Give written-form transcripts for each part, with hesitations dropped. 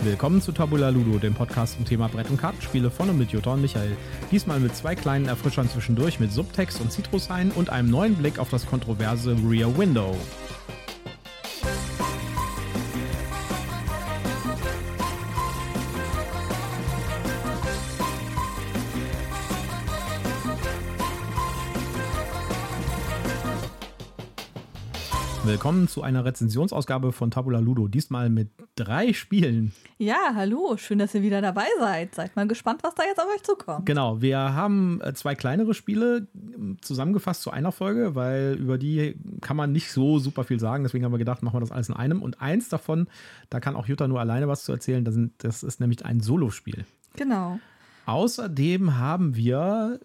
Willkommen zu Tabula Ludo, dem Podcast zum Thema Brett- und Kartenspiele von und mit Jutta und Michael. Diesmal mit zwei kleinen Erfrischern zwischendurch mit Subtext und Citrushain und einem neuen Blick auf das kontroverse Rear Window. Willkommen zu einer Rezensionsausgabe von Tabula Ludo, diesmal mit 3 Spielen. Ja, hallo, schön, dass ihr wieder dabei seid. Seid mal gespannt, was da jetzt auf euch zukommt. Genau, wir haben 2 kleinere Spiele zusammengefasst zu einer Folge, weil über die kann man nicht so super viel sagen. Deswegen haben wir gedacht, machen wir das alles in einem. Und eins davon, da kann auch Jutta nur alleine was zu erzählen. Das ist nämlich ein Solospiel. Genau. Außerdem haben wir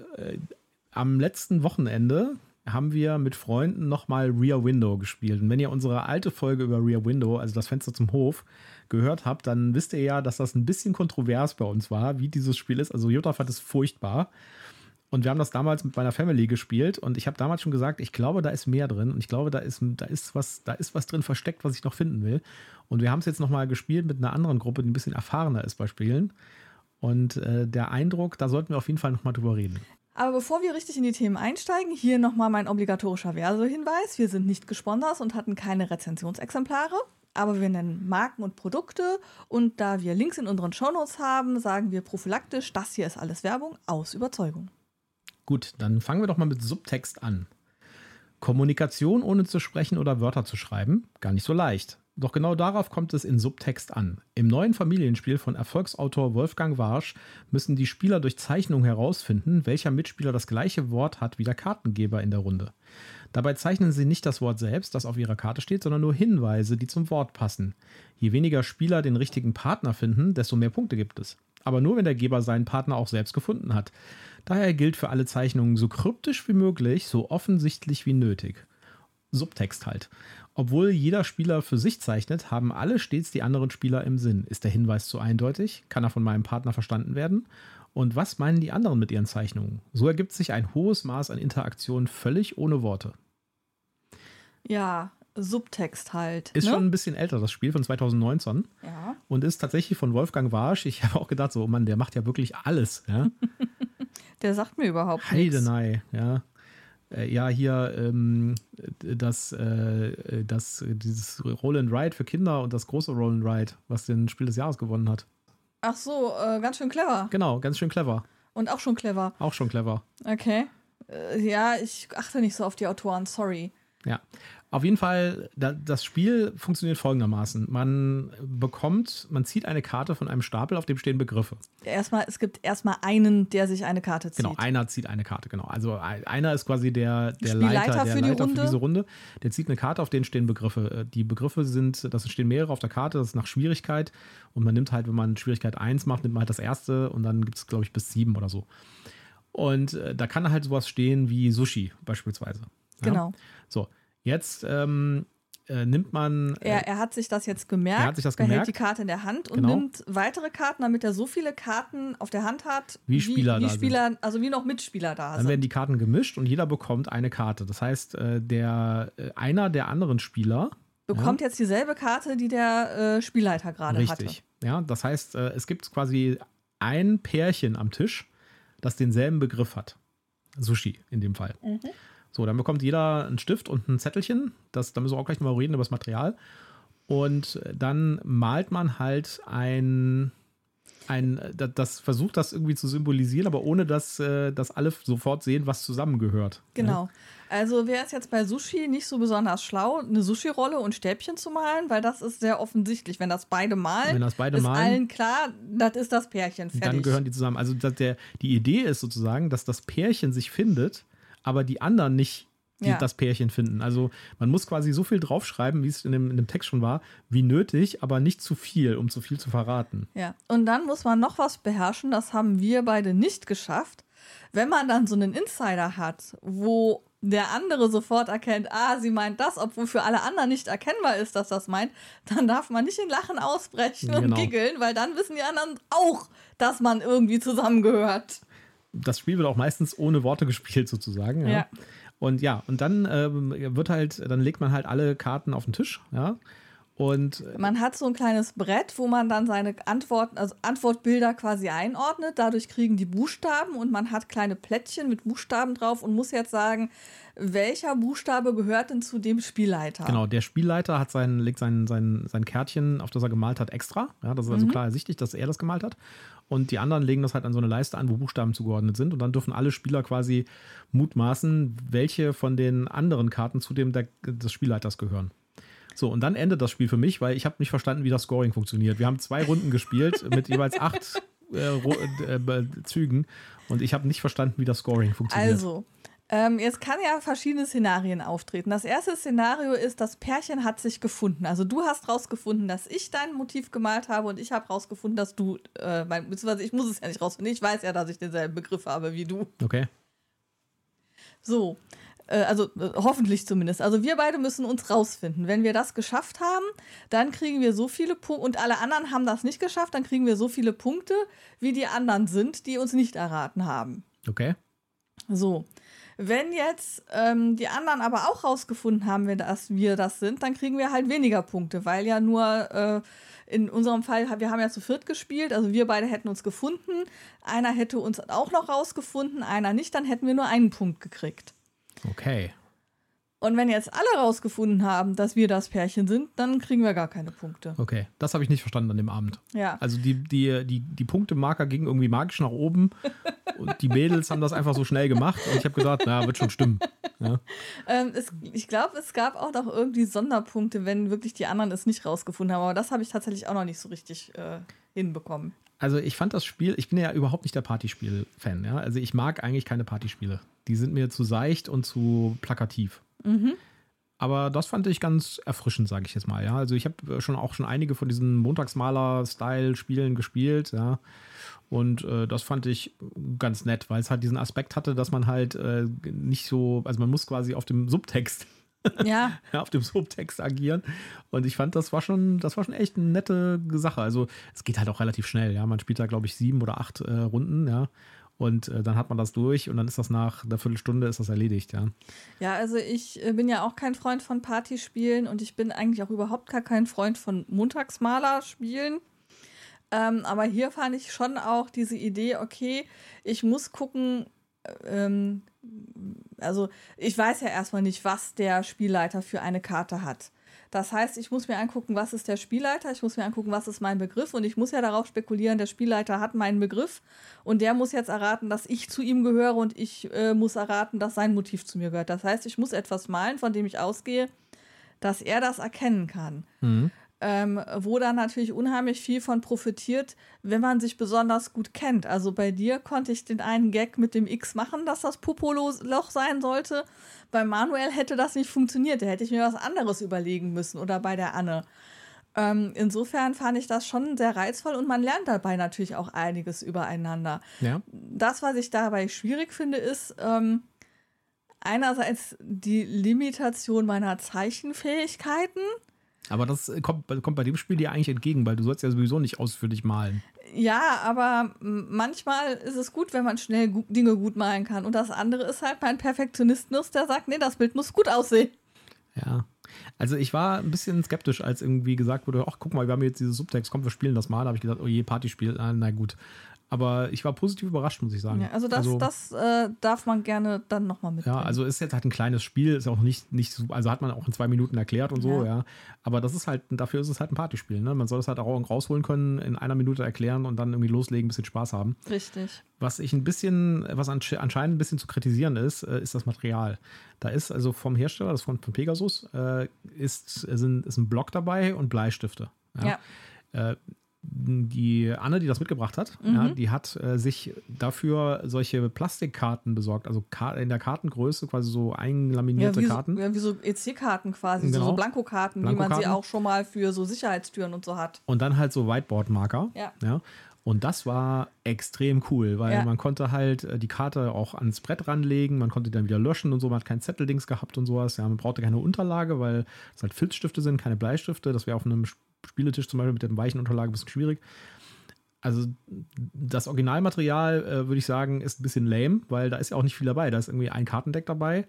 am letzten Wochenende mit Freunden nochmal Rear Window gespielt. Und wenn ihr unsere alte Folge über Rear Window, also das Fenster zum Hof, gehört habt, dann wisst ihr ja, dass das ein bisschen kontrovers bei uns war, wie dieses Spiel ist. Also Jutta fand es furchtbar. Und wir haben das damals mit meiner Family gespielt. Und ich habe damals schon gesagt, ich glaube, da ist mehr drin. Und ich glaube, da ist was drin versteckt, was ich noch finden will. Und wir haben es jetzt nochmal gespielt mit einer anderen Gruppe, die ein bisschen erfahrener ist bei Spielen. Und der Eindruck, da sollten wir auf jeden Fall nochmal drüber reden. Aber bevor wir richtig in die Themen einsteigen, hier nochmal mein obligatorischer Werbehinweis. Wir sind nicht gesponsert und hatten keine Rezensionsexemplare, aber wir nennen Marken und Produkte. Und da wir Links in unseren Shownotes haben, sagen wir prophylaktisch, das hier ist alles Werbung aus Überzeugung. Gut, dann fangen wir doch mal mit Subtext an. Kommunikation ohne zu sprechen oder Wörter zu schreiben, gar nicht so leicht. Doch genau darauf kommt es in Subtext an. Im neuen Familienspiel von Erfolgsautor Wolfgang Warsch müssen die Spieler durch Zeichnung herausfinden, welcher Mitspieler das gleiche Wort hat wie der Kartengeber in der Runde. Dabei zeichnen sie nicht das Wort selbst, das auf ihrer Karte steht, sondern nur Hinweise, die zum Wort passen. Je weniger Spieler den richtigen Partner finden, desto mehr Punkte gibt es. Aber nur, wenn der Geber seinen Partner auch selbst gefunden hat. Daher gilt für alle Zeichnungen so kryptisch wie möglich, so offensichtlich wie nötig. Subtext halt. Obwohl jeder Spieler für sich zeichnet, haben alle stets die anderen Spieler im Sinn. Ist der Hinweis zu eindeutig? Kann er von meinem Partner verstanden werden? Und was meinen die anderen mit ihren Zeichnungen? So ergibt sich ein hohes Maß an Interaktion völlig ohne Worte. Ja, Subtext halt. Ist schon ein bisschen älter, das Spiel von 2019. Ja. Und ist tatsächlich von Wolfgang Warsch. Ich habe auch gedacht, so, oh Mann, der macht ja wirklich alles. Ja? Der sagt mir überhaupt nichts. Heidenei, ja. Ja, hier dieses Roll and Ride für Kinder und das große Roll and Ride, was den Spiel des Jahres gewonnen hat. Ach so, ganz schön clever. Genau, ganz schön clever. Und auch schon clever. Auch schon clever. Okay. Ja, ich achte nicht so auf die Autoren, sorry. Ja, auf jeden Fall, das Spiel funktioniert folgendermaßen. Man zieht eine Karte von einem Stapel, auf dem stehen Begriffe. Es gibt erstmal einen, der sich eine Karte zieht. Genau, einer zieht eine Karte, genau. Also einer ist quasi der Leiter für diese Runde. Der zieht eine Karte, auf denen stehen Begriffe. Die Begriffe stehen mehrere auf der Karte, das ist nach Schwierigkeit. Und man nimmt halt, wenn man Schwierigkeit 1 macht, nimmt man halt das erste und dann gibt es, glaube ich, bis 7 oder so. Und da kann halt sowas stehen wie Sushi beispielsweise. Ja? Genau. So, jetzt nimmt man... Er hat sich das jetzt gemerkt, behält die Karte in der Hand und nimmt weitere Karten, damit er so viele Karten auf der Hand hat, wie noch Mitspieler da sind. Dann werden die Karten gemischt und jeder bekommt eine Karte. Das heißt, einer der anderen Spieler bekommt jetzt dieselbe Karte, die der Spielleiter gerade hatte. Richtig, ja. Das heißt, es gibt quasi ein Pärchen am Tisch, das denselben Begriff hat. Sushi in dem Fall. Mhm. So, dann bekommt jeder einen Stift und ein Zettelchen. Da müssen wir auch gleich mal reden über das Material. Und dann malt man halt das versucht das irgendwie zu symbolisieren, aber ohne dass alle sofort sehen, was zusammengehört. Genau. Ja? Also wäre es jetzt bei Sushi nicht so besonders schlau, eine Sushi-Rolle und Stäbchen zu malen, weil das ist sehr offensichtlich. Wenn das beide malen, ist allen klar, das ist das Pärchen. Fertig. Dann gehören die zusammen. Also die Idee ist sozusagen, dass das Pärchen sich findet, aber die anderen nicht das Pärchen finden. Also man muss quasi so viel draufschreiben, wie es in dem Text schon war, wie nötig, aber nicht zu viel, um zu viel zu verraten. Ja, und dann muss man noch was beherrschen, das haben wir beide nicht geschafft. Wenn man dann so einen Insider hat, wo der andere sofort erkennt, sie meint das, obwohl für alle anderen nicht erkennbar ist, dass das meint, dann darf man nicht in Lachen ausbrechen und giggeln, weil dann wissen die anderen auch, dass man irgendwie zusammengehört. Das Spiel wird auch meistens ohne Worte gespielt sozusagen. Ja. Und dann dann legt man halt alle Karten auf den Tisch, ja. Und man hat so ein kleines Brett, wo man dann seine Antworten, also Antwortbilder quasi einordnet. Dadurch kriegen die Buchstaben und man hat kleine Plättchen mit Buchstaben drauf und muss jetzt sagen, welcher Buchstabe gehört denn zu dem Spielleiter? genau, der Spielleiter legt sein Kärtchen, auf das er gemalt hat, extra. Ja, das ist also klar ersichtlich, dass er das gemalt hat. Und die anderen legen das halt an so eine Leiste an, wo Buchstaben zugeordnet sind. Und dann dürfen alle Spieler quasi mutmaßen, welche von den anderen Karten zu dem des Spielleiters gehören. So, und dann endet das Spiel für mich, weil ich habe nicht verstanden, wie das Scoring funktioniert. Wir haben 2 Runden gespielt mit jeweils 8 Zügen und ich habe nicht verstanden, wie das Scoring funktioniert. Also, jetzt kann ja verschiedene Szenarien auftreten. Das erste Szenario ist, das Pärchen hat sich gefunden. Also du hast rausgefunden, dass ich dein Motiv gemalt habe und ich habe rausgefunden, dass du, beziehungsweise ich muss es ja nicht rausfinden. Ich weiß ja, dass ich denselben Begriff habe wie du. Okay. So, hoffentlich zumindest. Also wir beide müssen uns rausfinden. Wenn wir das geschafft haben, dann kriegen wir so viele Punkte, und alle anderen haben das nicht geschafft, dann kriegen wir so viele Punkte, wie die anderen sind, die uns nicht erraten haben. Okay. So, wenn jetzt die anderen aber auch rausgefunden haben, dass wir das sind, dann kriegen wir halt weniger Punkte, weil ja nur in unserem Fall, wir haben ja zu 4 gespielt, also wir beide hätten uns gefunden, einer hätte uns auch noch rausgefunden, einer nicht, dann hätten wir nur einen Punkt gekriegt. Okay. Und wenn jetzt alle rausgefunden haben, dass wir das Pärchen sind, dann kriegen wir gar keine Punkte. Okay, das habe ich nicht verstanden an dem Abend. Ja. Also die Punktemarker gingen irgendwie magisch nach oben und die Mädels haben das einfach so schnell gemacht und ich habe gedacht, na, wird schon stimmen. Ja. Ich glaube, es gab auch noch irgendwie Sonderpunkte, wenn wirklich die anderen es nicht rausgefunden haben, aber das habe ich tatsächlich auch noch nicht so richtig hinbekommen. Also ich fand das Spiel, ich bin ja überhaupt nicht der Partyspiel-Fan. Ja? Also ich mag eigentlich keine Partyspiele. Die sind mir zu seicht und zu plakativ. Mhm. Aber das fand ich ganz erfrischend, sage ich jetzt mal. Ja? Also ich habe schon einige von diesen Montagsmaler-Style-Spielen gespielt. Ja? Und das fand ich ganz nett, weil es halt diesen Aspekt hatte, dass man halt nicht so, also man muss quasi auf dem Subtext Ja. auf dem Subtext agieren. Und ich fand, das war schon echt eine nette Sache. Also es geht halt auch relativ schnell. Ja? Man spielt da, glaube ich, 7 oder 8 Runden, ja. Und dann hat man das durch und dann ist das nach einer Viertelstunde ist das erledigt, ja. Ja, also ich bin ja auch kein Freund von Partyspielen und ich bin eigentlich auch überhaupt gar kein Freund von Montagsmaler-Spielen. Aber hier fand ich schon auch diese Idee, okay, ich muss gucken, also ich weiß ja erstmal nicht, was der Spielleiter für eine Karte hat. Das heißt, ich muss mir angucken, was ist der Spielleiter, ich muss mir angucken, was ist mein Begriff und ich muss ja darauf spekulieren, der Spielleiter hat meinen Begriff und der muss jetzt erraten, dass ich zu ihm gehöre und ich muss erraten, dass sein Motiv zu mir gehört. Das heißt, ich muss etwas malen, von dem ich ausgehe, dass er das erkennen kann. Mhm. Wo dann natürlich unheimlich viel von profitiert, wenn man sich besonders gut kennt. Also bei dir konnte ich den einen Gag mit dem X machen, dass das Popoloch sein sollte. Bei Manuel hätte das nicht funktioniert, da hätte ich mir was anderes überlegen müssen oder bei der Anne. Insofern fand ich das schon sehr reizvoll und man lernt dabei natürlich auch einiges übereinander. Ja. Das, was ich dabei schwierig finde, ist einerseits die Limitation meiner Zeichenfähigkeiten. Aber das kommt bei dem Spiel dir eigentlich entgegen, weil du sollst ja sowieso nicht ausführlich malen. Ja, aber manchmal ist es gut, wenn man schnell Dinge gut malen kann. Und das andere ist halt mein Perfektionismus, der sagt, nee, das Bild muss gut aussehen. Ja, also ich war ein bisschen skeptisch, als irgendwie gesagt wurde, ach guck mal, wir haben jetzt dieses Subtext, komm, wir spielen das mal. Da habe ich gedacht, oh je, Partyspiel, na gut. Aber ich war positiv überrascht, muss ich sagen. Ja, also das darf man gerne dann nochmal mitnehmen. Ja, also ist jetzt halt ein kleines Spiel, ist auch nicht so, also hat man auch in 2 Minuten erklärt und so, ja. Aber das ist halt, dafür ist es halt ein Partyspiel, ne? Man soll es halt auch rausholen können, in 1 Minute erklären und dann irgendwie loslegen, ein bisschen Spaß haben. Richtig. Was anscheinend ein bisschen zu kritisieren ist das Material. Da ist also vom Hersteller, das von Pegasus, ist ein Block dabei und Bleistifte. Ja. Die Anne, die das mitgebracht hat, ja, die hat sich dafür solche Plastikkarten besorgt, also in der Kartengröße quasi so einlaminierte Karten. Wie so EC-Karten quasi, genau. So Blankokarten, wie man sie auch schon mal für so Sicherheitstüren und so hat. Und dann halt so Whiteboard-Marker. Ja. Und das war extrem cool, weil man konnte halt die Karte auch ans Brett ranlegen, man konnte die dann wieder löschen und so, man hat kein Zetteldings gehabt und sowas. Ja, man brauchte keine Unterlage, weil es halt Filzstifte sind, keine Bleistifte. Das wäre auf einem Spieletisch zum Beispiel mit der weichen Unterlage ein bisschen schwierig. Also das Originalmaterial, würde ich sagen, ist ein bisschen lame, weil da ist ja auch nicht viel dabei. Da ist irgendwie ein Kartendeck dabei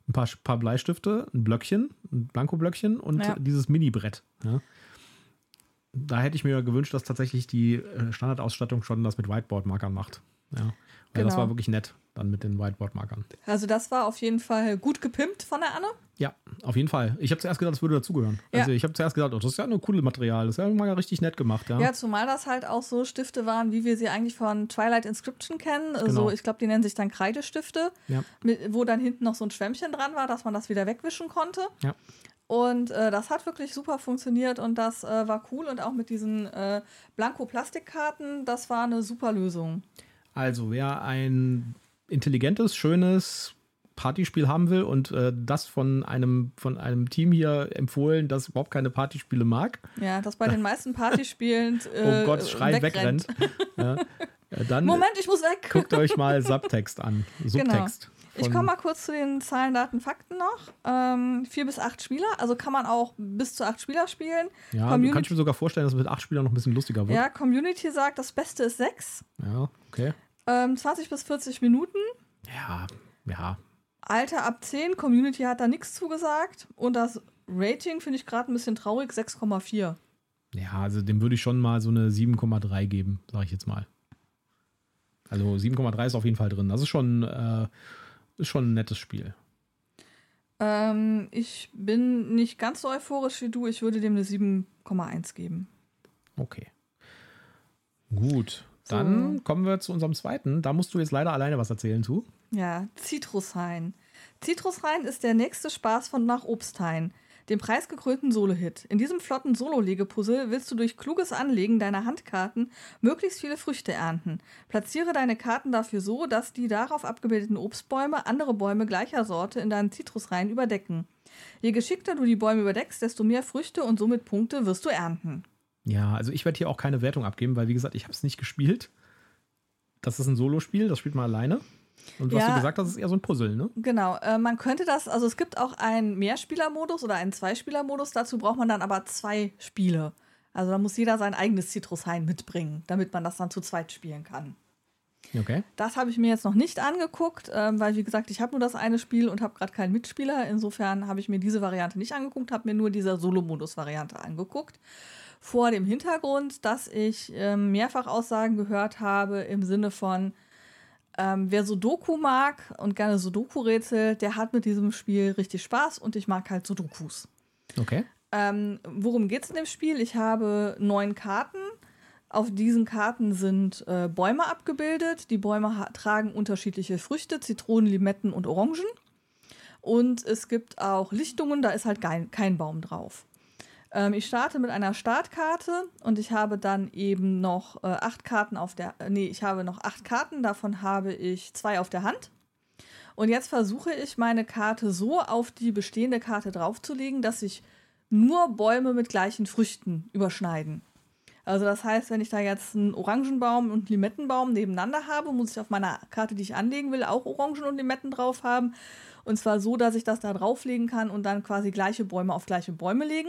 ein paar Bleistifte, ein Blöckchen, ein Blankoblöckchen und dieses Mini-Brett. Ja. Da hätte ich mir gewünscht, dass tatsächlich die Standardausstattung schon das mit Whiteboard-Markern macht. Ja. Weil das war wirklich nett, dann mit den Whiteboard-Markern. Also das war auf jeden Fall gut gepimpt von der Anne. Ja, auf jeden Fall. Ich habe zuerst gedacht, das würde dazugehören. Ja. Also ich habe zuerst gedacht, das ist ja ein cooles Material. Das ist ja mal richtig nett gemacht. Ja, zumal das halt auch so Stifte waren, wie wir sie eigentlich von Twilight Inscription kennen. Genau. Also ich glaube, die nennen sich dann Kreidestifte, wo dann hinten noch so ein Schwämmchen dran war, dass man das wieder wegwischen konnte. Ja. Und das hat wirklich super funktioniert und das war cool. Und auch mit diesen Blanko-Plastikkarten, das war eine super Lösung. Also wer ein intelligentes, schönes Partyspiel haben will und das von einem Team hier empfohlen, das überhaupt keine Partyspiele mag. Ja, das bei den meisten Partyspielen oh Gott, schreiend wegrennt. Dann Moment, ich muss weg. Guckt euch mal Subtext an. Subtext. Genau. Ich komme mal kurz zu den Zahlen, Daten, Fakten noch. 4 bis 8 Spieler, also kann man auch bis zu 8 Spieler spielen. Ja, kann ich mir sogar vorstellen, dass es mit 8 Spielern noch ein bisschen lustiger wird. Ja, Community sagt, das Beste ist 6. Ja, okay. 20 bis 40 Minuten. Ja. Alter ab 10, Community hat da nichts zugesagt. Und das Rating finde ich gerade ein bisschen traurig, 6,4. Ja, also dem würde ich schon mal so eine 7,3 geben, sage ich jetzt mal. Also 7,3 ist auf jeden Fall drin. Das ist schon ein nettes Spiel. Ich bin nicht ganz so euphorisch wie du. Ich würde dem eine 7,1 geben. Okay. Gut. Dann kommen wir zu unserem zweiten. Da musst du jetzt leider alleine was erzählen zu. Ja, Zitrushain. Zitrushain ist der nächste Spaß von Nach Obsthain, dem preisgekrönten Solo-Hit. In diesem flotten Solo-Legepuzzle willst du durch kluges Anlegen deiner Handkarten möglichst viele Früchte ernten. Platziere deine Karten dafür so, dass die darauf abgebildeten Obstbäume andere Bäume gleicher Sorte in deinem Zitrushain überdecken. Je geschickter du die Bäume überdeckst, desto mehr Früchte und somit Punkte wirst du ernten. Ja, also ich werde hier auch keine Wertung abgeben, weil wie gesagt, ich habe es nicht gespielt. Das ist ein Solospiel, das spielt man alleine. Und du hast du gesagt, das ist eher so ein Puzzle, ne? Genau, man könnte das, also es gibt auch einen Mehrspielermodus oder einen Zweispielermodus, dazu braucht man dann aber 2 Spiele. Also da muss jeder sein eigenes Zitrushain mitbringen, damit man das dann zu zweit spielen kann. Okay. Das habe ich mir jetzt noch nicht angeguckt, weil wie gesagt, ich habe nur das eine Spiel und habe gerade keinen Mitspieler. Insofern habe ich mir diese Variante nicht angeguckt, habe mir nur diese Solo-Modus-Variante angeguckt. Vor dem Hintergrund, dass ich mehrfach Aussagen gehört habe im Sinne von, wer Sudoku mag und gerne Sudoku-Rätsel, der hat mit diesem Spiel richtig Spaß und ich mag halt Sudokus. Okay. Worum geht es in dem Spiel? Ich habe 9 Karten. Auf diesen Karten sind Bäume abgebildet. Die Bäume tragen unterschiedliche Früchte, Zitronen, Limetten und Orangen. Und es gibt auch Lichtungen, da ist halt kein Baum drauf. Ich starte mit einer Startkarte und ich habe dann eben noch 8 Karten ich habe noch 8 Karten, davon habe ich 2 auf der Hand. Und jetzt versuche ich, meine Karte so auf die bestehende Karte draufzulegen, dass sich nur Bäume mit gleichen Früchten überschneiden. Also das heißt, wenn ich da jetzt einen Orangenbaum und einen Limettenbaum nebeneinander habe, muss ich auf meiner Karte, die ich anlegen will, auch Orangen und Limetten drauf haben. Und zwar so, dass ich das da drauflegen kann und dann quasi gleiche Bäume auf gleiche Bäume legen.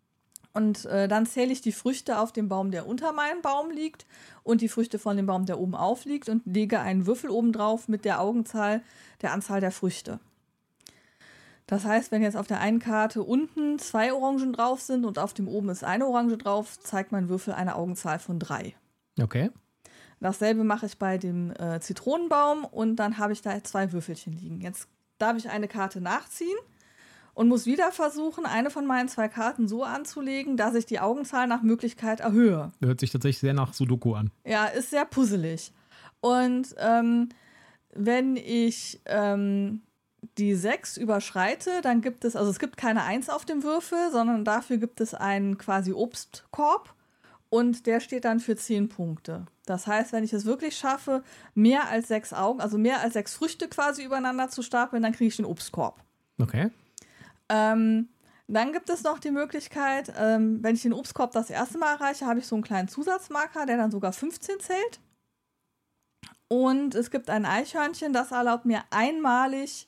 Und dann zähle ich die Früchte auf dem Baum, der unter meinem Baum liegt und die Früchte von dem Baum, der oben aufliegt und lege einen Würfel oben drauf mit der Augenzahl der Anzahl der Früchte. Das heißt, wenn jetzt auf der einen Karte unten 2 Orangen drauf sind und auf dem oben ist eine Orange drauf, zeigt mein Würfel eine Augenzahl von 3. Okay. Dasselbe mache ich bei dem Zitronenbaum und dann habe ich da 2 Würfelchen liegen. Jetzt darf ich eine Karte nachziehen und muss wieder versuchen, eine von meinen 2 Karten so anzulegen, dass ich die Augenzahl nach Möglichkeit erhöhe. Hört sich tatsächlich sehr nach Sudoku an. Ja, ist sehr puzzelig. Und wenn ich die 6 überschreite, dann gibt es, also es gibt keine 1 auf dem Würfel, sondern dafür gibt es einen quasi Obstkorb und der steht dann für 10 Punkte. Das heißt, wenn ich es wirklich schaffe, mehr als 6 Augen, also mehr als 6 Früchte quasi übereinander zu stapeln, dann kriege ich den Obstkorb. Okay. Dann gibt es noch die Möglichkeit, wenn ich den Obstkorb das erste Mal erreiche, habe ich so einen kleinen Zusatzmarker, der dann sogar 15 zählt. Und es gibt ein Eichhörnchen, das erlaubt mir einmalig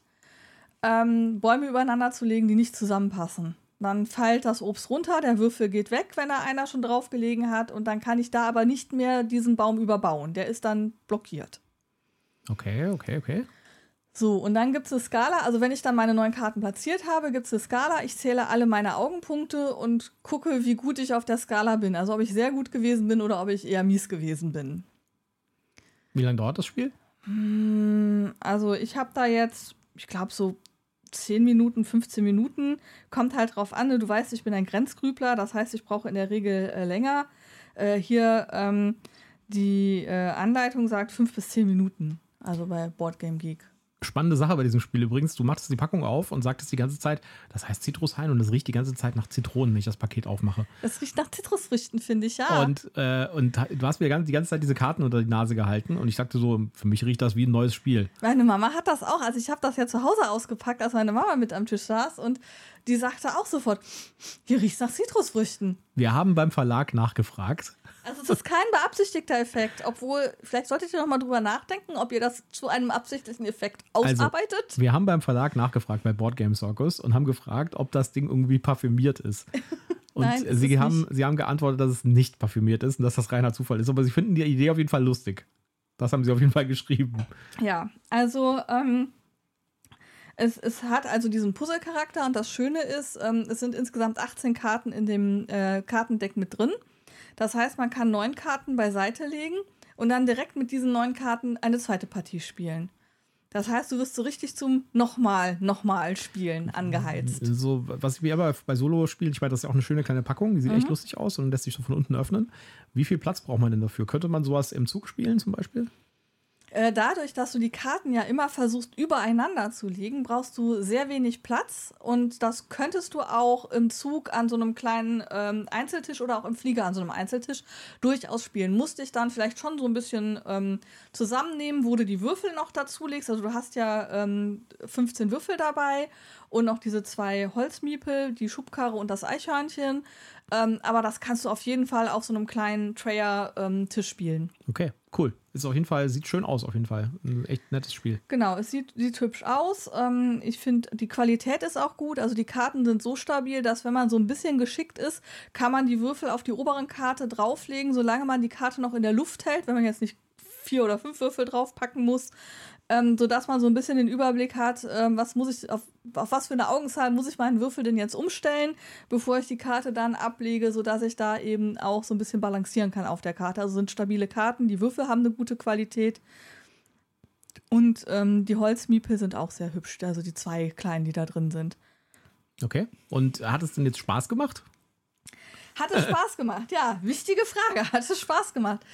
Bäume übereinander zu legen, die nicht zusammenpassen. Dann fällt das Obst runter, der Würfel geht weg, wenn da einer schon drauf gelegen hat und dann kann ich da aber nicht mehr diesen Baum überbauen. Der ist dann blockiert. Okay. So, und dann gibt es eine Skala. Also wenn ich dann meine 9 Karten platziert habe, gibt es eine Skala. Ich zähle alle meine Augenpunkte und gucke, wie gut ich auf der Skala bin. Also ob ich sehr gut gewesen bin oder ob ich eher mies gewesen bin. Wie lange dauert das Spiel? Also ich habe da jetzt, ich glaube so 10 Minuten, 15 Minuten. Kommt halt drauf an. Du weißt, ich bin ein Grenzgrübler. Das heißt, ich brauche in der Regel länger. Hier die Anleitung sagt 5 bis 10 Minuten. Also bei Boardgame Geek. Spannende Sache bei diesem Spiel übrigens. Du machst die Packung auf und sagtest die ganze Zeit, das heißt Zitrushain und es riecht die ganze Zeit nach Zitronen, wenn ich das Paket aufmache. Das riecht nach Zitrusfrüchten, finde ich, ja. Und du hast mir die ganze Zeit diese Karten unter die Nase gehalten und ich sagte so, für mich riecht das wie ein neues Spiel. Meine Mama hat das auch. Also ich habe das ja zu Hause ausgepackt, als meine Mama mit am Tisch saß und die sagte auch sofort, hier riecht es nach Zitrusfrüchten. Wir haben beim Verlag nachgefragt. Also es ist kein beabsichtigter Effekt, obwohl, vielleicht solltet ihr noch mal drüber nachdenken, ob ihr das zu einem absichtlichen Effekt ausarbeitet. Also, wir haben beim Verlag nachgefragt bei Board Game Circus und haben gefragt, ob das Ding irgendwie parfümiert ist. Und Nein, sie haben geantwortet, dass es nicht parfümiert ist und dass das reiner Zufall ist. Aber sie finden die Idee auf jeden Fall lustig. Das haben sie auf jeden Fall geschrieben. Ja, also es hat also diesen Puzzle-Charakter und das Schöne ist, es sind insgesamt 18 Karten in dem Kartendeck mit drin. Das heißt, man kann 9 Karten beiseite legen und dann direkt mit diesen 9 Karten eine zweite Partie spielen. Das heißt, du wirst so richtig zum nochmal spielen angeheizt. So, was wir aber bei Solo spielen, ich meine, das ist ja auch eine schöne kleine Packung, die sieht echt lustig aus und lässt sich so von unten öffnen. Wie viel Platz braucht man denn dafür? Könnte man sowas im Zug spielen zum Beispiel? Dadurch, dass du die Karten ja immer versuchst übereinander zu legen, brauchst du sehr wenig Platz und das könntest du auch im Zug an so einem kleinen Einzeltisch oder auch im Flieger an so einem Einzeltisch durchaus spielen. Musst dich dann vielleicht schon so ein bisschen zusammennehmen, wo du die Würfel noch dazu legst. Also du hast ja 15 Würfel dabei und noch diese 2 Holzmiepel, die Schubkarre und das Eichhörnchen. Aber das kannst du auf jeden Fall auf so einem kleinen Trayer-Tisch spielen. Okay, cool. Ist auf jeden Fall, sieht schön aus, auf jeden Fall. Ein echt nettes Spiel. Genau, es sieht hübsch aus. Ich finde, die Qualität ist auch gut. Also die Karten sind so stabil, dass wenn man so ein bisschen geschickt ist, kann man die Würfel auf die oberen Karte drauflegen, solange man die Karte noch in der Luft hält, wenn man jetzt nicht 4 oder 5 Würfel draufpacken muss. Sodass man so ein bisschen den Überblick hat, was muss ich auf was für eine Augenzahl muss ich meinen Würfel denn jetzt umstellen, bevor ich die Karte dann ablege, sodass ich da eben auch so ein bisschen balancieren kann auf der Karte. Also sind stabile Karten, die Würfel haben eine gute Qualität und die Holzmiepel sind auch sehr hübsch, also die 2 kleinen, die da drin sind. Okay, und hat es denn jetzt Spaß gemacht? Hat es Spaß gemacht? Ja, wichtige Frage. Hat es Spaß gemacht?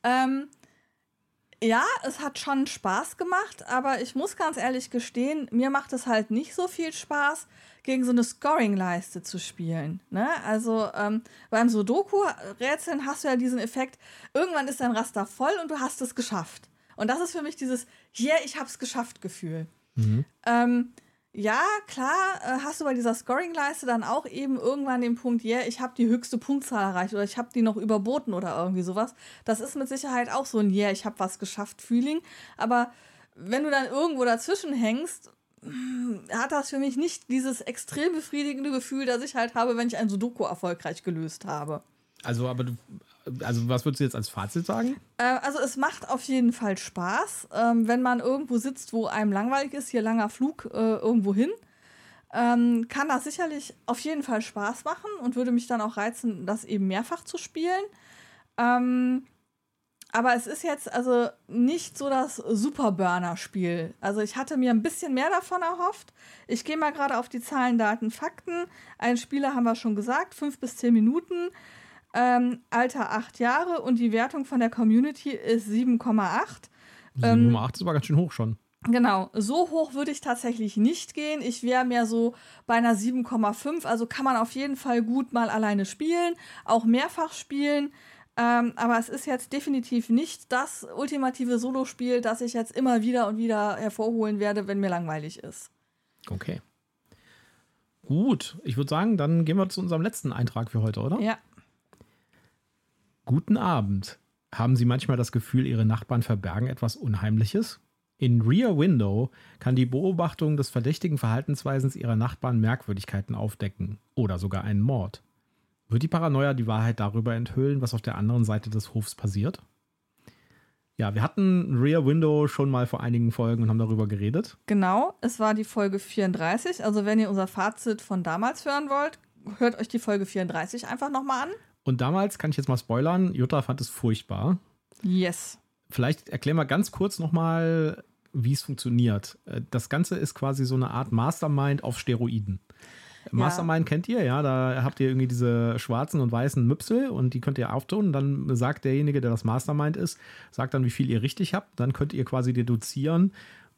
Ja, es hat schon Spaß gemacht, aber ich muss ganz ehrlich gestehen, mir macht es halt nicht so viel Spaß, gegen so eine Scoring-Leiste zu spielen. Ne? Also beim Sudoku-Rätseln hast du ja diesen Effekt, irgendwann ist dein Raster voll und du hast es geschafft. Und das ist für mich dieses, yeah, ich hab's geschafft Gefühl. Mhm. Ja, klar, hast du bei dieser Scoring-Leiste dann auch eben irgendwann den Punkt, yeah, ich habe die höchste Punktzahl erreicht oder ich habe die noch überboten oder irgendwie sowas. Das ist mit Sicherheit auch so ein yeah, ich habe was geschafft Feeling. Aber wenn du dann irgendwo dazwischen hängst, hat das für mich nicht dieses extrem befriedigende Gefühl, das ich halt habe, wenn ich ein Sudoku erfolgreich gelöst habe. Also was würdest du jetzt als Fazit sagen? Also es macht auf jeden Fall Spaß, wenn man irgendwo sitzt, wo einem langweilig ist, hier langer Flug irgendwo hin, kann das sicherlich auf jeden Fall Spaß machen und würde mich dann auch reizen, das eben mehrfach zu spielen. Aber es ist jetzt also nicht so das Super-Burner-Spiel. Also ich hatte mir ein bisschen mehr davon erhofft. Ich gehe mal gerade auf die Zahlen, Daten, Fakten. Ein Spieler haben wir schon gesagt, 5 bis 10 Minuten. Alter 8 Jahre und die Wertung von der Community ist 7,8. 7,8 ist aber ganz schön hoch schon. Genau, so hoch würde ich tatsächlich nicht gehen. Ich wäre mehr so bei einer 7,5. Also kann man auf jeden Fall gut mal alleine spielen, auch mehrfach spielen. Aber es ist jetzt definitiv nicht das ultimative Solospiel, das ich jetzt immer wieder und wieder hervorholen werde, wenn mir langweilig ist. Okay. Gut, ich würde sagen, dann gehen wir zu unserem letzten Eintrag für heute, oder? Ja. Guten Abend. Haben Sie manchmal das Gefühl, Ihre Nachbarn verbergen etwas Unheimliches? In Rear Window kann die Beobachtung des verdächtigen Verhaltensweisens Ihrer Nachbarn Merkwürdigkeiten aufdecken oder sogar einen Mord. Wird die Paranoia die Wahrheit darüber enthüllen, was auf der anderen Seite des Hofs passiert? Ja, wir hatten Rear Window schon mal vor einigen Folgen und haben darüber geredet. Genau, es war die Folge 34. Also wenn ihr unser Fazit von damals hören wollt, hört euch die Folge 34 einfach nochmal an. Und damals, kann ich jetzt mal spoilern, Jutta fand es furchtbar. Yes. Vielleicht erklären wir ganz kurz nochmal, wie es funktioniert. Das Ganze ist quasi so eine Art Mastermind auf Steroiden. Mastermind kennt ihr, ja, da habt ihr irgendwie diese schwarzen und weißen Müpsel und die könnt ihr auftun und dann sagt derjenige, der das Mastermind ist, sagt dann, wie viel ihr richtig habt, dann könnt ihr quasi deduzieren,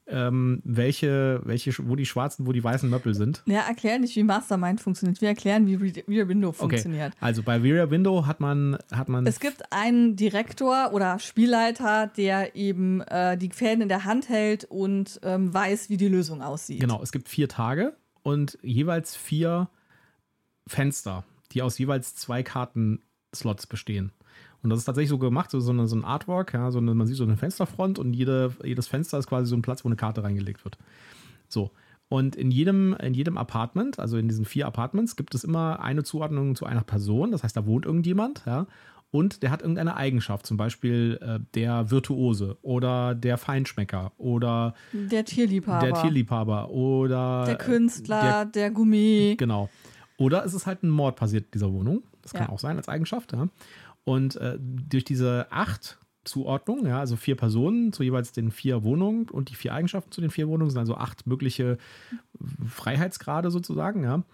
wo die schwarzen, wo die weißen Möppel sind. Ja, erklären nicht, wie Mastermind funktioniert. Wir erklären, wie Rear Window funktioniert. Okay. Also bei Rear Window hat man. Es gibt einen Direktor oder Spielleiter, der eben die Fäden in der Hand hält und weiß, wie die Lösung aussieht. Genau, es gibt 4 Tage und jeweils 4 Fenster, die aus jeweils 2 Kartenslots bestehen. Und das ist tatsächlich so gemacht, so ein Artwork, ja, man sieht so eine Fensterfront und jedes Fenster ist quasi so ein Platz, wo eine Karte reingelegt wird. So. Und in jedem Apartment, also in diesen 4 Apartments, gibt es immer eine Zuordnung zu einer Person. Das heißt, da wohnt irgendjemand, ja, und der hat irgendeine Eigenschaft, zum Beispiel der Virtuose oder der Feinschmecker oder der Tierliebhaber oder der Künstler, der Gourmet. Genau. Oder es ist halt ein Mord passiert in dieser Wohnung. Das kann auch sein als Eigenschaft, ja. Und durch diese 8 Zuordnungen, ja, also 4 Personen zu jeweils den 4 Wohnungen und die 4 Eigenschaften zu den 4 Wohnungen, sind also 8 mögliche Freiheitsgrade sozusagen, ja.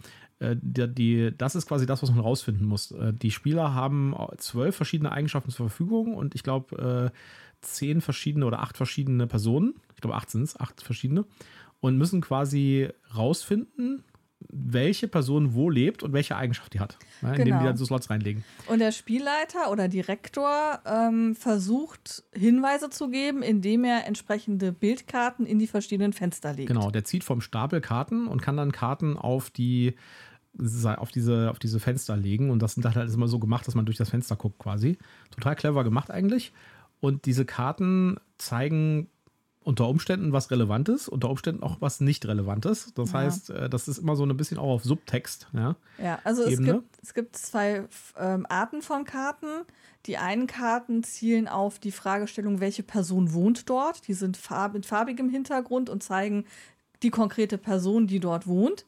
Das ist quasi das, was man rausfinden muss. Die Spieler haben 12 verschiedene Eigenschaften zur Verfügung und ich glaube 10 verschiedene oder 8 verschiedene Personen. Ich glaube 8 sind es, 8 verschiedene. Und müssen quasi rausfinden, welche Person wo lebt und welche Eigenschaft die hat. Ja, indem die dann so Slots reinlegen. Und der Spielleiter oder Direktor versucht Hinweise zu geben, indem er entsprechende Bildkarten in die verschiedenen Fenster legt. Genau, der zieht vom Stapel Karten und kann dann Karten auf diese Fenster legen. Und das sind halt immer so gemacht, dass man durch das Fenster guckt quasi. Total clever gemacht eigentlich. Und diese Karten zeigen unter Umständen was Relevantes, unter Umständen auch was nicht Relevantes. Das heißt, das ist immer so ein bisschen auch auf Subtext. Ja, also es gibt 2 Arten von Karten. Die einen Karten zielen auf die Fragestellung, welche Person wohnt dort. Die sind mit farbigem Hintergrund und zeigen die konkrete Person, die dort wohnt.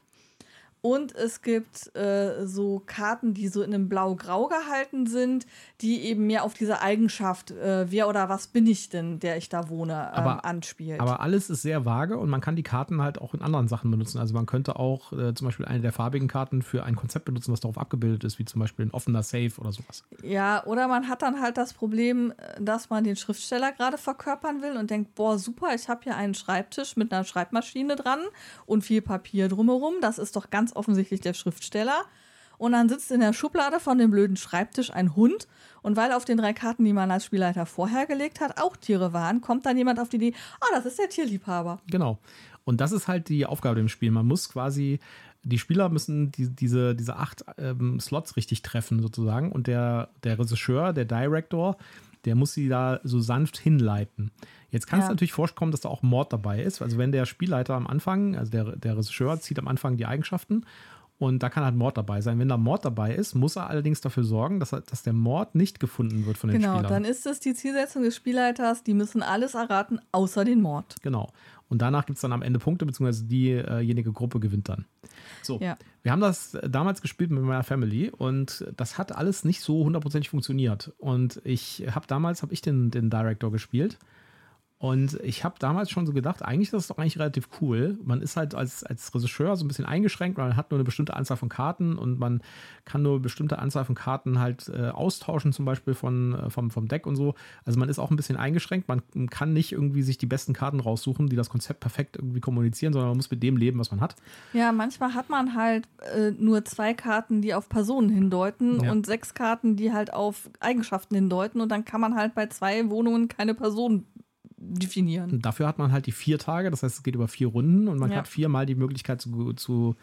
Und es gibt so Karten, die so in einem Blau-Grau gehalten sind, die eben mehr auf diese Eigenschaft, wer oder was bin ich denn, der ich da wohne, anspielt. Aber alles ist sehr vage und man kann die Karten halt auch in anderen Sachen benutzen. Also man könnte auch zum Beispiel eine der farbigen Karten für ein Konzept benutzen, was darauf abgebildet ist, wie zum Beispiel ein offener Safe oder sowas. Ja, oder man hat dann halt das Problem, dass man den Schriftsteller gerade verkörpern will und denkt, boah, super, ich habe hier einen Schreibtisch mit einer Schreibmaschine dran und viel Papier drumherum. Das ist doch ganz offensichtlich der Schriftsteller. Und dann sitzt in der Schublade von dem blöden Schreibtisch ein Hund. Und weil auf den 3 Karten, die man als Spielleiter vorher gelegt hat, auch Tiere waren, kommt dann jemand auf die Idee, das ist der Tierliebhaber. Genau. Und das ist halt die Aufgabe im Spiel. Man muss quasi, die Spieler müssen diese 8 Slots richtig treffen sozusagen. Und der Regisseur, der Director, der muss sie da so sanft hinleiten. Jetzt kann es natürlich vorkommen, dass da auch Mord dabei ist. Also wenn der Spielleiter am Anfang, also der Regisseur zieht am Anfang die Eigenschaften und da kann halt Mord dabei sein. Wenn da Mord dabei ist, muss er allerdings dafür sorgen, dass der Mord nicht gefunden wird von den Spielern. Genau, dann ist es die Zielsetzung des Spielleiters, die müssen alles erraten, außer den Mord. Genau. Und danach gibt es dann am Ende Punkte, beziehungsweise diejenige Gruppe gewinnt dann. So, wir haben das damals gespielt mit meiner Family und das hat alles nicht so hundertprozentig funktioniert. Und damals habe ich den Director gespielt. Und ich habe damals schon so gedacht, eigentlich ist das doch eigentlich relativ cool. Man ist halt als Regisseur so ein bisschen eingeschränkt, weil man hat nur eine bestimmte Anzahl von Karten und man kann nur eine bestimmte Anzahl von Karten halt austauschen, zum Beispiel vom Deck und so. Also man ist auch ein bisschen eingeschränkt. Man kann nicht irgendwie sich die besten Karten raussuchen, die das Konzept perfekt irgendwie kommunizieren, sondern man muss mit dem leben, was man hat. Ja, manchmal hat man halt nur 2 Karten, die auf Personen hindeuten und 6 Karten, die halt auf Eigenschaften hindeuten. Und dann kann man halt bei 2 Wohnungen keine Person definieren. Und dafür hat man halt die 4 Tage, das heißt, es geht über 4 Runden und man hat 4-mal die Möglichkeit zu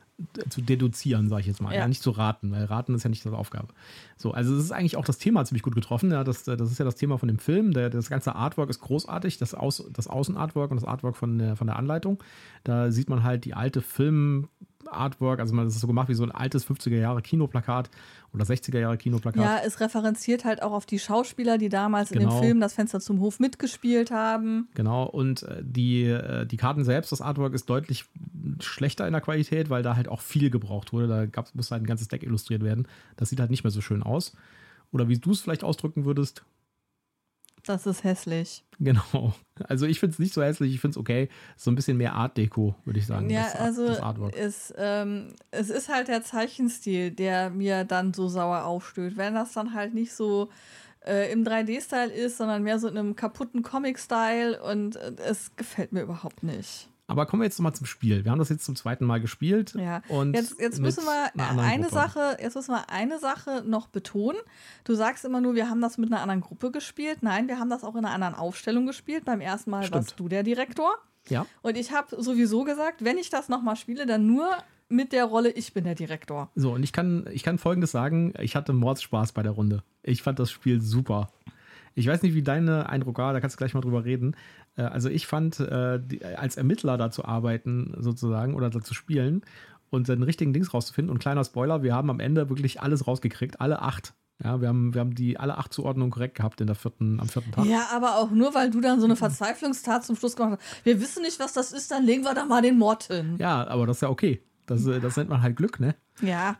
deduzieren, sage ich jetzt mal. Ja, nicht zu raten, weil raten ist ja nicht die Aufgabe. So, also es ist eigentlich auch das Thema ziemlich gut getroffen. Ja, das ist ja das Thema von dem Film. Das ganze Artwork ist großartig, das Außenartwork und das Artwork von der Anleitung. Da sieht man halt die alte Artwork, also man ist so gemacht wie so ein altes 50er Jahre Kinoplakat oder 60er Jahre Kinoplakat. Ja, es referenziert halt auch auf die Schauspieler, die damals in Genau. den Filmen Das Fenster zum Hof mitgespielt haben. Genau, und die Karten selbst, das Artwork ist deutlich schlechter in der Qualität, weil da halt auch viel gebraucht wurde. Da musste halt ein ganzes Deck illustriert werden. Das sieht halt nicht mehr so schön aus. Oder wie du es vielleicht ausdrücken würdest. Das ist hässlich. Genau. Also ich finde es nicht so hässlich, ich finde es okay. So ein bisschen mehr Art Deko, würde ich sagen. Ja, das Artwork. es ist halt der Zeichenstil, der mir dann so sauer aufstößt. Wenn das dann halt nicht so im 3D-Style ist, sondern mehr so in einem kaputten Comic-Style und es gefällt mir überhaupt nicht. Aber kommen wir jetzt nochmal zum Spiel. Wir haben das jetzt zum zweiten Mal gespielt. Ja, und jetzt müssen wir eine Sache noch betonen. Du sagst immer nur, wir haben das mit einer anderen Gruppe gespielt. Nein, wir haben das auch in einer anderen Aufstellung gespielt. Beim ersten Mal warst du der Direktor. Ja. Und ich habe sowieso gesagt, wenn ich das nochmal spiele, dann nur mit der Rolle, ich bin der Direktor. So, und ich kann Folgendes sagen, ich hatte Mordspaß bei der Runde. Ich fand das Spiel super. Ich weiß nicht, wie dein Eindruck war, da kannst du gleich mal drüber reden. Also ich fand, als Ermittler da zu arbeiten sozusagen oder da zu spielen und den richtigen Dings rauszufinden. Und kleiner Spoiler, wir haben am Ende wirklich alles rausgekriegt, alle 8. Ja, wir haben die alle 8 Zuordnungen korrekt gehabt am vierten Tag. Ja, aber auch nur, weil du dann so eine Verzweiflungstat zum Schluss gemacht hast. Wir wissen nicht, was das ist, dann legen wir da mal den Mord hin. Ja, aber das ist ja okay. Das nennt man halt Glück, ne? Ja.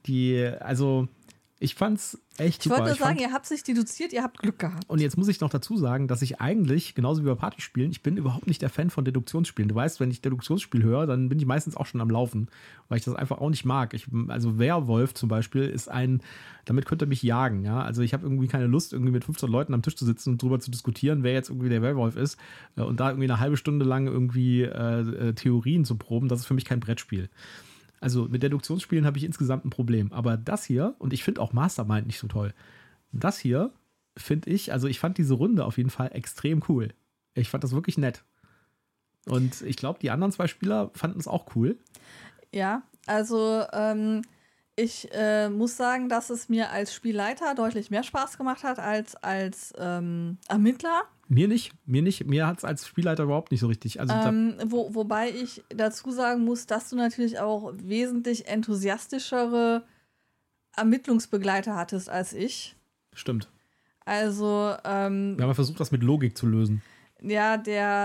Ich fand's echt super. Ich wollte nur sagen, ihr habt sich deduziert, ihr habt Glück gehabt. Und jetzt muss ich noch dazu sagen, dass ich eigentlich, genauso wie bei Partyspielen, ich bin überhaupt nicht der Fan von Deduktionsspielen. Du weißt, wenn ich Deduktionsspiel höre, dann bin ich meistens auch schon am Laufen, weil ich das einfach auch nicht mag. Also Werwolf zum Beispiel ist damit könnt ihr mich jagen. Ja? Also ich habe irgendwie keine Lust, irgendwie mit 15 Leuten am Tisch zu sitzen und drüber zu diskutieren, wer jetzt irgendwie der Werwolf ist und da irgendwie eine halbe Stunde lang irgendwie Theorien zu proben. Das ist für mich kein Brettspiel. Also mit Deduktionsspielen habe ich insgesamt ein Problem. Aber das hier, und ich finde auch Mastermind nicht so toll, das hier finde ich, also ich fand diese Runde auf jeden Fall extrem cool. Ich fand das wirklich nett. Und ich glaube, die anderen 2 Spieler fanden es auch cool. Ja, also ich muss sagen, dass es mir als Spielleiter deutlich mehr Spaß gemacht hat als Ermittler. Mir nicht. Mir hat es als Spielleiter überhaupt nicht so richtig. Also wobei ich dazu sagen muss, dass du natürlich auch wesentlich enthusiastischere Ermittlungsbegleiter hattest als ich. Stimmt. Also wir haben ja versucht, das mit Logik zu lösen. Ja,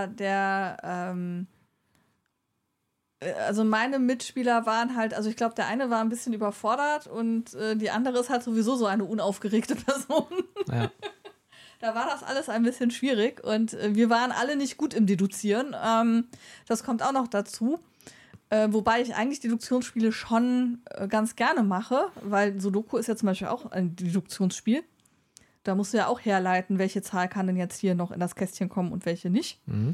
also meine Mitspieler waren halt, also ich glaube, der eine war ein bisschen überfordert und die andere ist halt sowieso so eine unaufgeregte Person. Ja. Da war das alles ein bisschen schwierig und wir waren alle nicht gut im Deduzieren. Das kommt auch noch dazu. Wobei ich eigentlich Deduktionsspiele schon ganz gerne mache, weil Sudoku ist ja zum Beispiel auch ein Deduktionsspiel. Da musst du ja auch herleiten, welche Zahl kann denn jetzt hier noch in das Kästchen kommen und welche nicht. Mhm.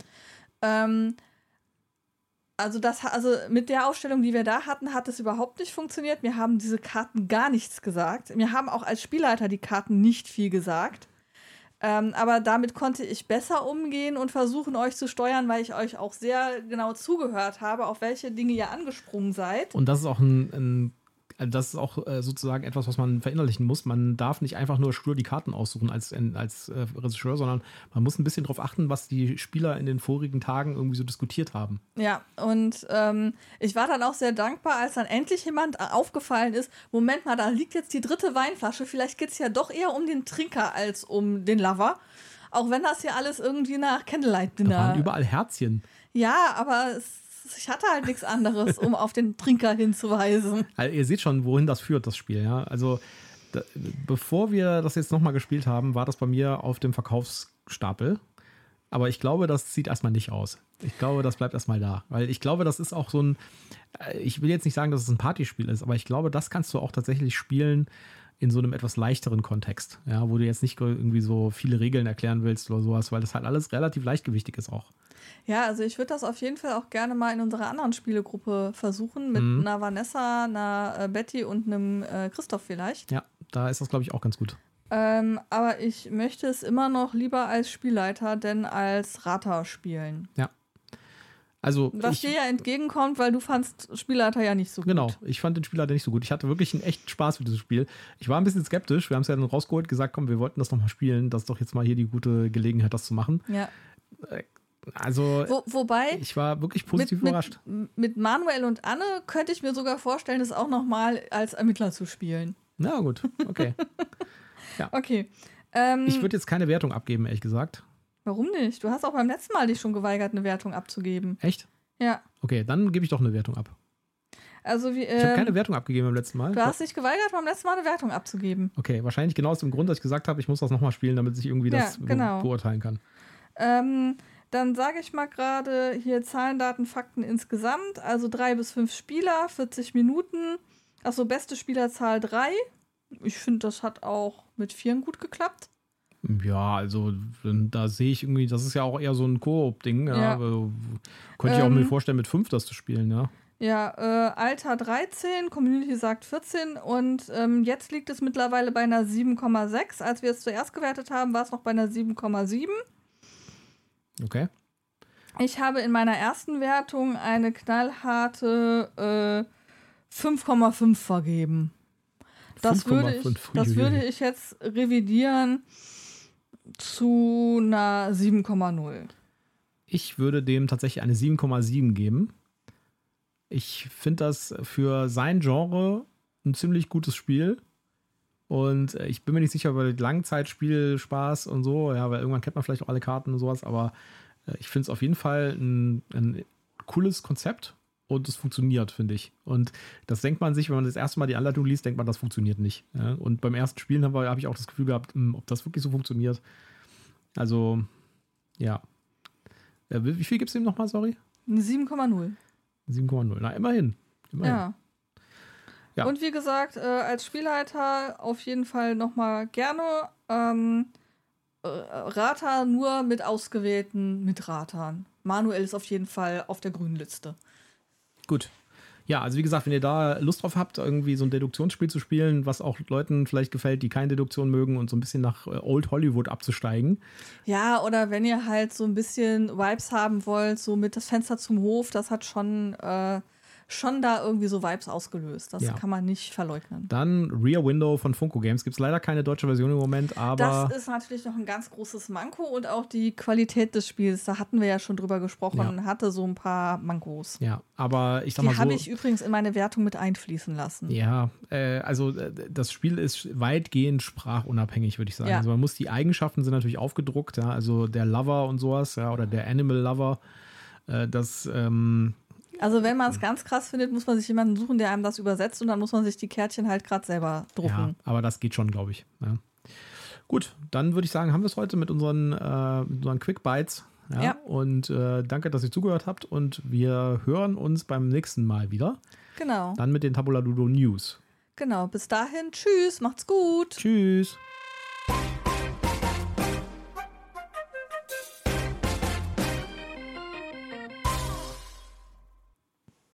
Also mit der Aufstellung, die wir da hatten, hat es überhaupt nicht funktioniert. Mir haben diese Karten gar nichts gesagt. Mir haben auch als Spielleiter die Karten nicht viel gesagt. Aber damit konnte ich besser umgehen und versuchen, euch zu steuern, weil ich euch auch sehr genau zugehört habe, auf welche Dinge ihr angesprungen seid. Und das ist auch das ist auch sozusagen etwas, was man verinnerlichen muss. Man darf nicht einfach nur stur die Karten aussuchen als Regisseur, sondern man muss ein bisschen darauf achten, was die Spieler in den vorigen Tagen irgendwie so diskutiert haben. Ja, und ich war dann auch sehr dankbar, als dann endlich jemand aufgefallen ist, Moment mal, da liegt jetzt die 3. Weinflasche, vielleicht geht es ja doch eher um den Trinker als um den Lover. Auch wenn das hier alles irgendwie nach Candlelight-Dinner... Da waren überall Herzchen. Ja, aber ich hatte halt nichts anderes, um auf den Trinker hinzuweisen. Also ihr seht schon, wohin das führt, das Spiel. Ja? Also bevor wir das jetzt nochmal gespielt haben, war das bei mir auf dem Verkaufsstapel. Aber ich glaube, das sieht erstmal nicht aus. Ich glaube, das bleibt erstmal da. Weil ich glaube, das ist auch so ich will jetzt nicht sagen, dass es ein Partyspiel ist, aber ich glaube, das kannst du auch tatsächlich spielen in so einem etwas leichteren Kontext. Ja? Wo du jetzt nicht irgendwie so viele Regeln erklären willst oder sowas, weil das halt alles relativ leichtgewichtig ist auch. Ja, also ich würde das auf jeden Fall auch gerne mal in unserer anderen Spielegruppe versuchen, mit einer Vanessa, einer Betty und einem Christoph vielleicht. Ja, da ist das, glaube ich, auch ganz gut. Aber ich möchte es immer noch lieber als Spielleiter denn als Rater spielen. Ja. Also was dir ja entgegenkommt, weil du fandst Spielleiter ja nicht so gut. Genau, ich fand den Spielleiter nicht so gut. Ich hatte wirklich einen echten Spaß mit diesem Spiel. Ich war ein bisschen skeptisch. Wir haben es ja dann rausgeholt, gesagt, komm, wir wollten das nochmal spielen. Das ist doch jetzt mal hier die gute Gelegenheit, das zu machen. Ja. Also, Wobei, ich war wirklich positiv überrascht. Mit Manuel und Anne könnte ich mir sogar vorstellen, das auch nochmal als Ermittler zu spielen. Na gut, okay. Okay. Ich würde jetzt keine Wertung abgeben, ehrlich gesagt. Warum nicht? Du hast auch beim letzten Mal dich schon geweigert, eine Wertung abzugeben. Echt? Ja. Okay, dann gebe ich doch eine Wertung ab. Also ich habe keine Wertung abgegeben beim letzten Mal. Du hast dich geweigert, beim letzten Mal eine Wertung abzugeben. Okay, wahrscheinlich genau aus dem Grund, dass ich gesagt habe, ich muss das nochmal spielen, damit ich irgendwie das beurteilen kann. Dann sage ich mal gerade hier Zahlen, Daten, Fakten insgesamt. Also 3 bis 5 Spieler, 40 Minuten. Achso, beste Spielerzahl 3. Ich finde, das hat auch mit 4 gut geklappt. Ja, also da sehe ich irgendwie, das ist ja auch eher so ein Koop-Ding. Ja. Könnte ich auch mir vorstellen, mit 5 das zu spielen, ja. Ja, Alter 13, Community sagt 14 und jetzt liegt es mittlerweile bei einer 7,6. Als wir es zuerst gewertet haben, war es noch bei einer 7,7. Okay. Ich habe in meiner ersten Wertung eine knallharte 5,5 vergeben. Das würde ich jetzt revidieren zu einer 7,0. Ich würde dem tatsächlich eine 7,7 geben. Ich finde das für sein Genre ein ziemlich gutes Spiel. Und ich bin mir nicht sicher über den Langzeitspielspaß und so, ja, weil irgendwann kennt man vielleicht auch alle Karten und sowas, aber ich finde es auf jeden Fall ein cooles Konzept und es funktioniert, finde ich. Und das denkt man sich, wenn man das erste Mal die Anleitung liest, denkt man, das funktioniert nicht. Ja? Und beim ersten Spielen habe ich auch das Gefühl gehabt, ob das wirklich so funktioniert. Also, ja. Wie viel gibt es dem nochmal, sorry? Eine 7,0. 7,0. Na, immerhin. Ja. Und wie gesagt, als Spielleiter auf jeden Fall nochmal gerne Rater nur mit ausgewählten Mitratern. Manuel ist auf jeden Fall auf der grünen Liste. Gut. Ja, also wie gesagt, wenn ihr da Lust drauf habt, irgendwie so ein Deduktionsspiel zu spielen, was auch Leuten vielleicht gefällt, die keine Deduktion mögen und so ein bisschen nach Old Hollywood abzusteigen. Ja, oder wenn ihr halt so ein bisschen Vibes haben wollt, so mit das Fenster zum Hof, das hat schon da irgendwie so Vibes ausgelöst. Das kann man nicht verleugnen. Dann Rear Window von Funko Games. Gibt es leider keine deutsche Version im Moment, aber... Das ist natürlich noch ein ganz großes Manko und auch die Qualität des Spiels, da hatten wir ja schon drüber gesprochen, hatte so ein paar Mankos. Ja, aber ich sag mal so... Die habe ich übrigens in meine Wertung mit einfließen lassen. Ja, also das Spiel ist weitgehend sprachunabhängig, würde ich sagen. Ja. Also man muss, die Eigenschaften sind natürlich aufgedruckt, ja, also der Lover und sowas, ja, oder der Animal Lover, also wenn man es ganz krass findet, muss man sich jemanden suchen, der einem das übersetzt und dann muss man sich die Kärtchen halt gerade selber drucken. Ja, aber das geht schon, glaube ich. Ja. Gut, dann würde ich sagen, haben wir es heute mit unseren Quick Bites. Ja. Und danke, dass ihr zugehört habt und wir hören uns beim nächsten Mal wieder. Genau. Dann mit den Tabula Ludo News. Genau, bis dahin, tschüss, macht's gut. Tschüss.